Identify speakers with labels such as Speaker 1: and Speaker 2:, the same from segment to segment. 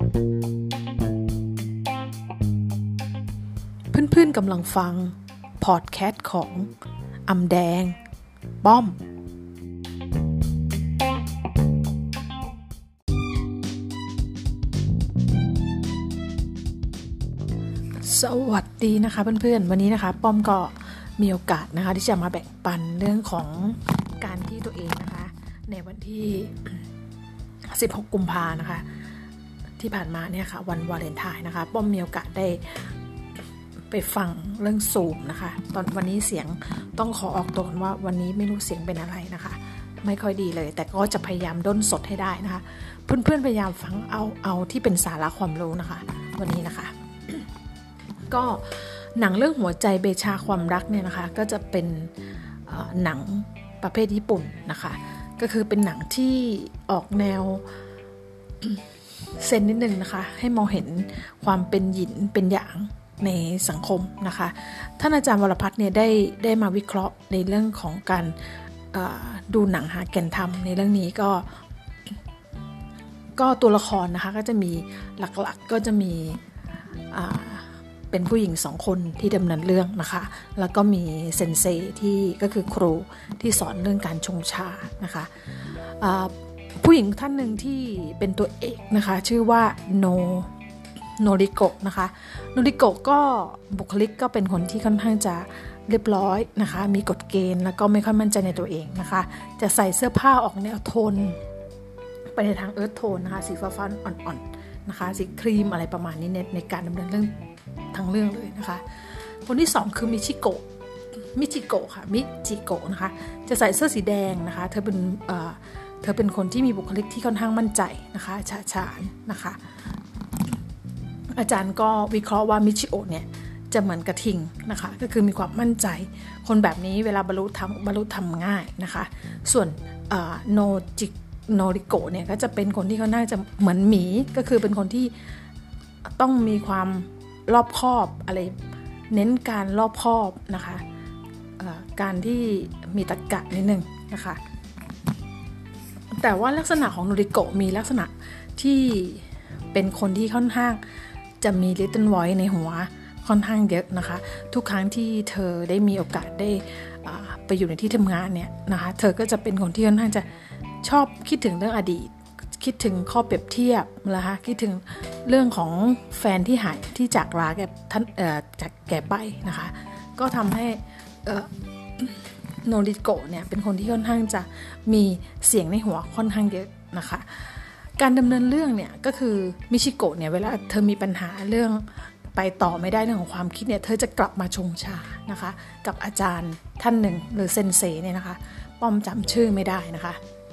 Speaker 1: เพื่อนๆกำลังฟังพอดแคสต์ของอำแดงป้อมสวัสดีนะคะเพื่อนๆวันนี้นะคะป้อมก็มีโอกาสนะคะที่จะมาแบ่งปันเรื่องของการที่ตัวเองนะคะในวันที่16กุมภาพันธ์นะคะที่ผ่านมาเนี่ยค่ะวันวาเลนไทน์นะคะป้อมมีโอกาสได้ไปฟังเรื่องซูมนะคะตอนวันนี้เสียงต้องขอออกตัวก่อนว่าวันนี้ไม่รู้เสียงเป็นอะไรนะคะไม่ค่อยดีเลยแต่ก็จะพยายามด้นสดให้ได้นะคะเพื่อนๆพยายามฟังเอาที่เป็นสาระความรู้นะคะวันนี้นะคะก็หนังเรื่องหัวใจเบชาความรักเนี่ยนะคะก็จะเป็นหนังประเภทญี่ปุ่นนะคะก็คือเป็นหนังที่ออกแนวเซนนิดนึงนะคะให้มองเห็นความเป็นหยินเป็นหยางในสังคมนะคะท่านอาจารย์วรพัฒน์เนี่ยได้มาวิเคราะห์ในเรื่องของการดูหนังหาแก่นธรรมในเรื่องนี้ก็ตัวละครนะคะก็จะมีหลักๆก็จะมีเป็นผู้หญิง2คนที่ดำเนินเรื่องนะคะแล้วก็มีเซนเซที่ก็คือครูที่สอนเรื่องการชงชานะคะผู้หญิงท่านหนึ่งที่เป็นตัวเอกนะคะชื่อว่าโนริโกะนะคะโนริโกะก็บุคลิกก็เป็นคนที่ค่อนข้างจะเรียบร้อยนะคะมีกฎเกณฑ์แล้วก็ไม่ค่อยมั่นใจในตัวเองนะคะจะใส่เสื้อผ้าออกแนวโทนไปในทางเอิร์ธโทนนะคะสีฟ้าๆอ่อนๆนะคะสีครีมอะไรประมาณนี้ในการดำเนินเรื่องทั้งเรื่องเลยนะคะคนที่2คือมิจิโกะค่ะมิจิโกะนะคะจะใส่เสื้อสีแดงนะคะเธอเป็นคนที่มีบุคลิกที่ค่อนข้างมั่นใจนะคะฉะฉานนะคะอาจารย์ก็วิเคราะห์ว่ามิจิโอะเนี่ยจะเหมือนกระทิงนะคะก็คือมีความมั่นใจคนแบบนี้เวลาบรรลุธรรมง่ายนะคะส่วนโนริโกะเนี่ยก็จะเป็นคนที่เขาน่าจะเหมือนหมีก็คือเป็นคนที่ต้องมีความรอบคอบอะไรเน้นการรอบคอบนะคะการที่มีตรรกะนิดนึงนะคะแต่ว่าลักษณะของโนริโกะมีลักษณะที่เป็นคนที่ค่อนข้างจะมี Little Voice ในหัวค่อนข้างเยอะนะคะทุกครั้งที่เธอได้มีโอกาสได้ไปอยู่ในที่ทำงานเนี่ยนะคะเธอก็จะเป็นคนที่ค่อนข้างจะชอบคิดถึงเรื่องอดีตคิดถึงข้อเปรียบเทียบนะคะคิดถึงเรื่องของแฟนที่หายที่จากลาจากแก่ไปนะคะก็ทำให้โนริโกะเนี่ยเป็นคนที่ค่อนข้างจะมีเสียงในหัวค่อนข้างเยอะนะคะการดำเนินเรื่องเนี่ยก็คือมิชิโกะเนี่ยเวลาเธอมีปัญหาเรื่องไปต่อไม่ได้เรื่องของความคิดเนี่ยเธอจะกลับมาชงชานะคะกับอาจารย์ท่านหนึ่งหรือเซนเซเนี่ยนะคะป้อมจำชื่อไม่ได้นะคะ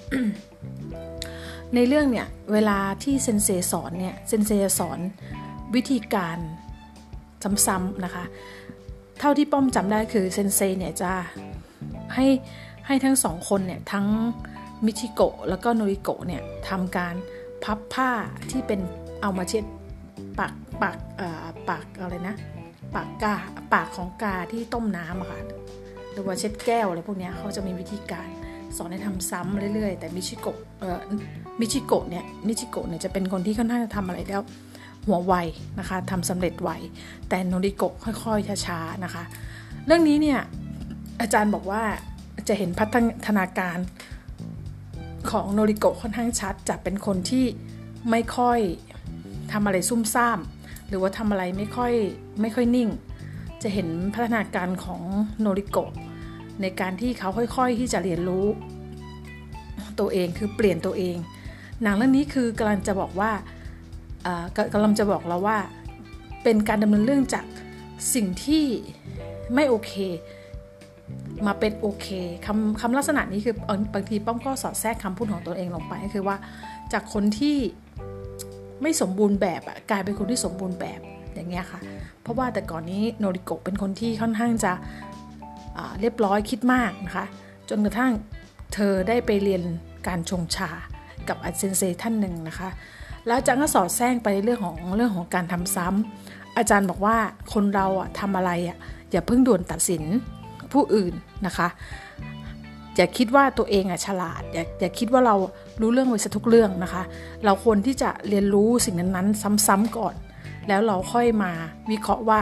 Speaker 1: ในเรื่องเนี่ยเวลาที่เซนเซสอนเนี่ยเซนเซจะสอนวิธีการซ้ำๆนะคะเท่าที่ป้อมจำได้คือเซนเซเนี่ยจะให้ทั้งสองคนเนี่ยทั้งมิชิโกะแล้วก็โนริโกะเนี่ยทำการพับผ้าที่เป็นเอามาเช็ดปากอะไรนะปากของกาที่ต้มน้ำอะค่ะหรือว่าเช็ดแก้วอะไรพวกนี้เขาจะมีวิธีการสอนให้ทำซ้ำเรื่อยๆแต่มิชิโกะเนี่ยจะเป็นคนที่ค่อนข้างจะทำอะไรแล้วหัวไวนะคะทำสำเร็จไวแต่โนริโกะค่อยๆช้าๆนะคะเรื่องนี้เนี่ยอาจารย์บอกว่าจะเห็นพัฒนาการของโนริโกะค่อนข้างชัดจะเป็นคนที่ไม่ค่อยทำอะไรซุ่มซ่ามหรือว่าทำอะไรไม่ค่อยนิ่งจะเห็นพัฒนาการของโนริโกะในการที่เขาค่อยๆที่จะเรียนรู้ตัวเองคือเปลี่ยนตัวเองหนังเรื่องนี้คือกำลังจะบอกว่ากำลังจะบอกเราว่าเป็นการดำเนินเรื่องจากสิ่งที่ไม่โอเคมาเป็นโอเคคำลักษณะนี้คือบางทีป้อมก็สอดแทรกคำพูดของตัวเองลงไปก็คือว่าจากคนที่ไม่สมบูรณ์แบบกลายเป็นคนที่สมบูรณ์แบบอย่างเงี้ยค่ะเพราะว่าแต่ก่อนนี้โนริโกะเป็นคนที่ค่อนข้างจะเรียบร้อยคิดมากนะคะจนกระทั่งเธอได้ไปเรียนการชงชากับอาจารย์เซท่านหนึ่งนะคะแล้วอาจารย์ก็สอดแทรกไปในเรื่องของการทำซ้ำอาจารย์บอกว่าคนเราทำอะไรอย่าเพิ่งด่วนตัดสินผู้อื่นนะคะอย่าคิดว่าตัวเองฉลาดอย่าคิดว่าเรารู้เรื่องไปซะทุกเรื่องนะคะเราควรที่จะเรียนรู้สิ่งนั้นๆซ้ำๆก่อนแล้วเราค่อยมาวิเคราะห์ว่า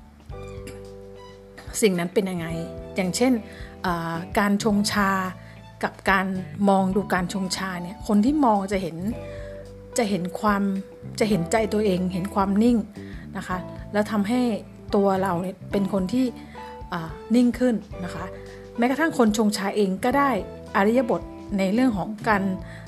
Speaker 1: สิ่งนั้นเป็นยังไงอย่างเช่นการชงชากับการมองดูการชงชาเนี่ยคนที่มองจะเห็นใจตัวเองเห็นความนิ่งนะคะแล้วทำให้ตัวเราเนี่ยเป็นคนที่นิ่งขึ้นนะคะแม้กระทั่งคนชงชาเองก็ได้อริยบทในเรื่องของการ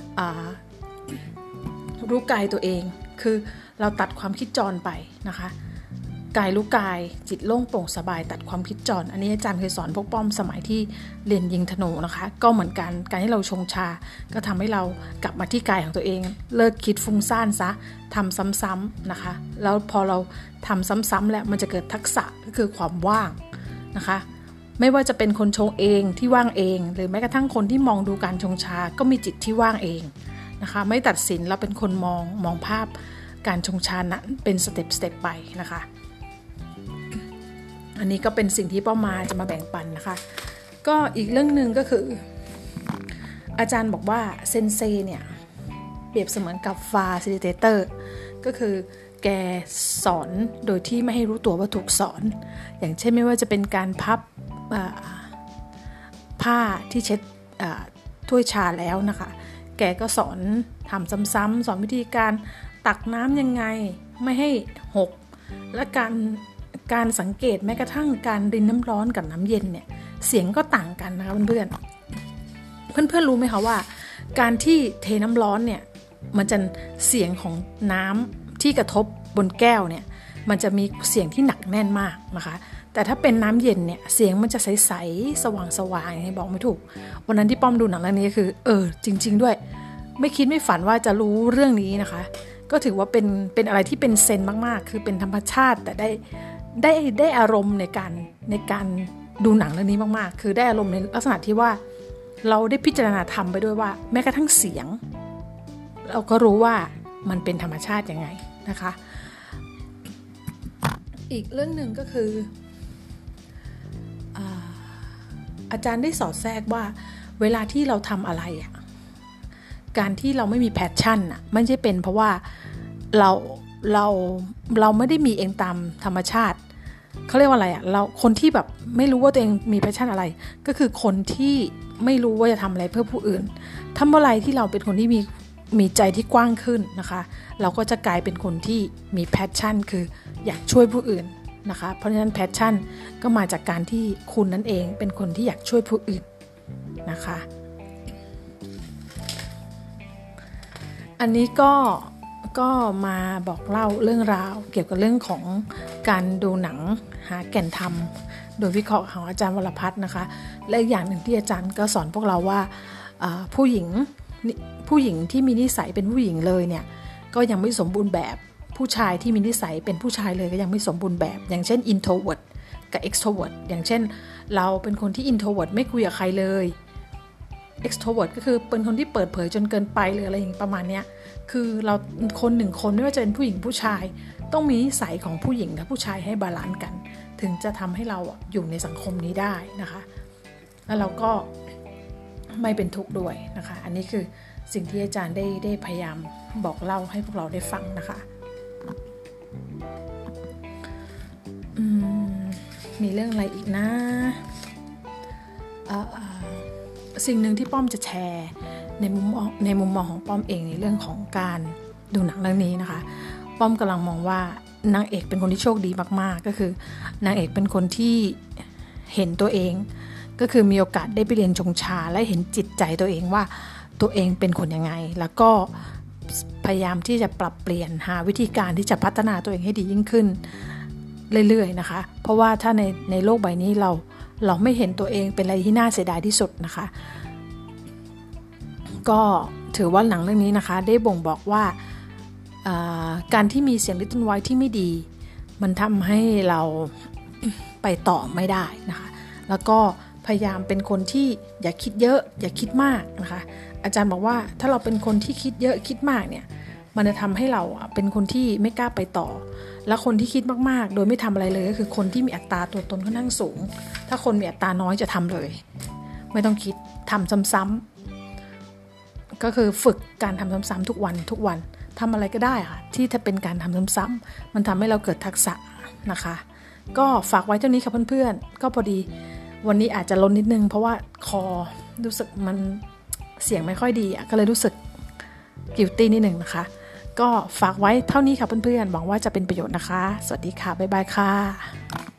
Speaker 1: รู้กายตัวเองคือเราตัดความคิดจรไปนะคะกายรู้กายจิตโล่งโปร่งสบายตัดความคิดจรอันนี้อาจารย์เคยสอนพวกป้อมสมัยที่เรียนยิงธนูนะคะก็เหมือนกันการที่เราชงชาก็ทำให้เรากลับมาที่กายของตัวเองเลิกคิดฟุ้งซ่านซะทำซ้ำๆนะคะแล้วพอเราทำซ้ำๆแล้วมันจะเกิดทักษะก็คือความว่างนะคะไม่ว่าจะเป็นคนชงเองที่ว่างเองหรือแม้กระทั่งคนที่มองดูการชงชาก็มีจิตที่ว่างเองนะคะไม่ตัดสินเราเป็นคนมองภาพการชงชานั้นเป็นสเต็ปไปนะคะอันนี้ก็เป็นสิ่งที่ป้อมมาจะมาแบ่งปันนะคะก็อีกเรื่องนึงก็คืออาจารย์บอกว่าเซนเซเนี่ยเปรียบเสมือนกับฟาซิลิเตเตอร์ก็คือแกสอนโดยที่ไม่ให้รู้ตัวว่าถูกสอนอย่างเช่นไม่ว่าจะเป็นการพับผ้าที่เช็ดถ้วยชาแล้วนะคะแกก็สอนทำซ้ำๆสอนวิธีการตักน้ำยังไงไม่ให้หกและการสังเกตแม้กระทั่งการรินน้ำร้อนกับน้ำเย็นเนี่ยเสียงก็ต่างกันนะคะเพื่อนรู้ไหมคะว่าการที่เทน้ำร้อนเนี่ยมันจะเสียงของน้ำที่กระทบบนแก้วเนี่ยมันจะมีเสียงที่หนักแน่นมากนะคะแต่ถ้าเป็นน้ำเย็นเนี่ยเสียงมันจะใสๆสว่างๆบอกไม่ถูกวันนั้นที่ป้อมดูหนังเรื่องนี้คือจริงๆด้วยไม่คิดไม่ฝันว่าจะรู้เรื่องนี้นะคะก็ถือว่าเป็นอะไรที่เป็นเซนมากๆคือเป็นธรรมชาติแต่ได้อารมณ์ในการดูหนังเรื่องนี้มากๆคือได้อารมณ์ในลักษณะที่ว่าเราได้พิจารณาธรรมไปด้วยว่าแม้กระทั่งเสียงเราก็รู้ว่ามันเป็นธรรมชาติยังไงนะคะอีกเรื่องหนึ่งก็คืออาจารย์ได้สอดแทรกว่าเวลาที่เราทำอะไรการที่เราไม่มีแพชชั่นไม่ใช่เป็นเพราะว่าเราไม่ได้มีเองตามธรรมชาติเขาเรียกว่าอะไรเราคนที่แบบไม่รู้ว่าตัวเองมีแพชชั่นอะไรก็คือคนที่ไม่รู้ว่าจะทำอะไรเพื่อผู้อื่นถ้าเมื่อไรที่เราเป็นคนที่มีใจที่กว้างขึ้นนะคะเราก็จะกลายเป็นคนที่มีแพชชั่นคืออยากช่วยผู้อื่นนะคะเพราะฉะนั้นแพชชั่นก็มาจากการที่คุณนั่นเองเป็นคนที่อยากช่วยผู้อื่นนะคะอันนี้ก็มาบอกเล่าเรื่องราวเกี่ยวกับเรื่องของการดูหนังหาแก่นธรรมโดยวิเคราะห์ของอาจารย์วรพัฒน์นะคะและอีกอย่างหนึ่งที่อาจารย์ก็สอนพวกเราว่าผู้หญิงที่มีนิสัยเป็นผู้หญิงเลยเนี่ยก็ยังไม่สมบูรณ์แบบผู้ชายที่มีนิสัยเป็นผู้ชายเลยก็ยังไม่สมบูรณ์แบบอย่างเช่น introvert กับ extrovert อย่างเช่นเราเป็นคนที่ introvert ไม่คุยกับใครเลย extrovert ก็คือเป็นคนที่เปิดเผยจนเกินไปหรืออะไรอย่างประมาณนี้คือเราคนหนึ่งคนไม่ว่าจะเป็นผู้หญิงผู้ชายต้องมีนิสัยของผู้หญิงและผู้ชายให้บาลานซ์กันถึงจะทำให้เราอยู่ในสังคมนี้ได้นะคะแล้วเราก็ไม่เป็นทุกข์ด้วยนะคะอันนี้คือสิ่งที่อาจารย์ได้พยายามบอกเล่าให้พวกเราได้ฟังนะคะมีเรื่องอะไรอีกนะสิ่งหนึ่งที่ป้อมจะแชร์ในมุมมองของป้อมเองในเรื่องของการดูหนังเรื่องนี้นะคะป้อมกำลังมองว่านางเอกเป็นคนที่โชคดีมากๆก็คือนางเอกเป็นคนที่เห็นตัวเองก็คือมีโอกาสได้ไปเรียนชงชาและเห็นจิตใจตัวเองว่าตัวเองเป็นคนยังไงแล้วก็พยายามที่จะปรับเปลี่ยนหาวิธีการที่จะพัฒนาตัวเองให้ดียิ่งขึ้นเรื่อยๆนะคะเพราะว่าถ้าในโลกใบนี้เราไม่เห็นตัวเองเป็นอะไรที่น่าเสียดายที่สุดนะคะก็ถือว่าหนังเรื่องนี้นะคะได้บ่งบอกว่าการที่มีเสียง Little Voice ที่ไม่ดีมันทำให้เราไปต่อไม่ได้นะคะแล้วก็พยายามเป็นคนที่อย่าคิดเยอะอย่าคิดมากนะคะอาจารย์บอกว่าถ้าเราเป็นคนที่คิดเยอะคิดมากเนี่ยมันจะทำให้เราเป็นคนที่ไม่กล้าไปต่อและคนที่คิดมากๆโดยไม่ทำอะไรเลยก็คือคนที่มีอัตราตัวตนค่อนข้างสูงถ้าคนมีอัตราน้อยจะทำเลยไม่ต้องคิดทำซ้ำๆก็คือฝึกการทำซ้ำๆทุกวันทำอะไรก็ได้ค่ะที่ถ้าเป็นการทำซ้ำๆมันทำให้เราเกิดทักษะนะคะก็ฝากไว้เท่านี้ค่ะเพื่อนๆก็พอดีวันนี้อาจจะล้นนิดนึงเพราะว่าคอรู้สึกมันเสียงไม่ค่อยดีก็เลยรู้สึกguiltyนิดนึงนะคะก็ฝากไว้เท่านี้ค่ะเพื่อนๆหวังว่าจะเป็นประโยชน์นะคะสวัสดีค่ะบ๊ายบายค่ะ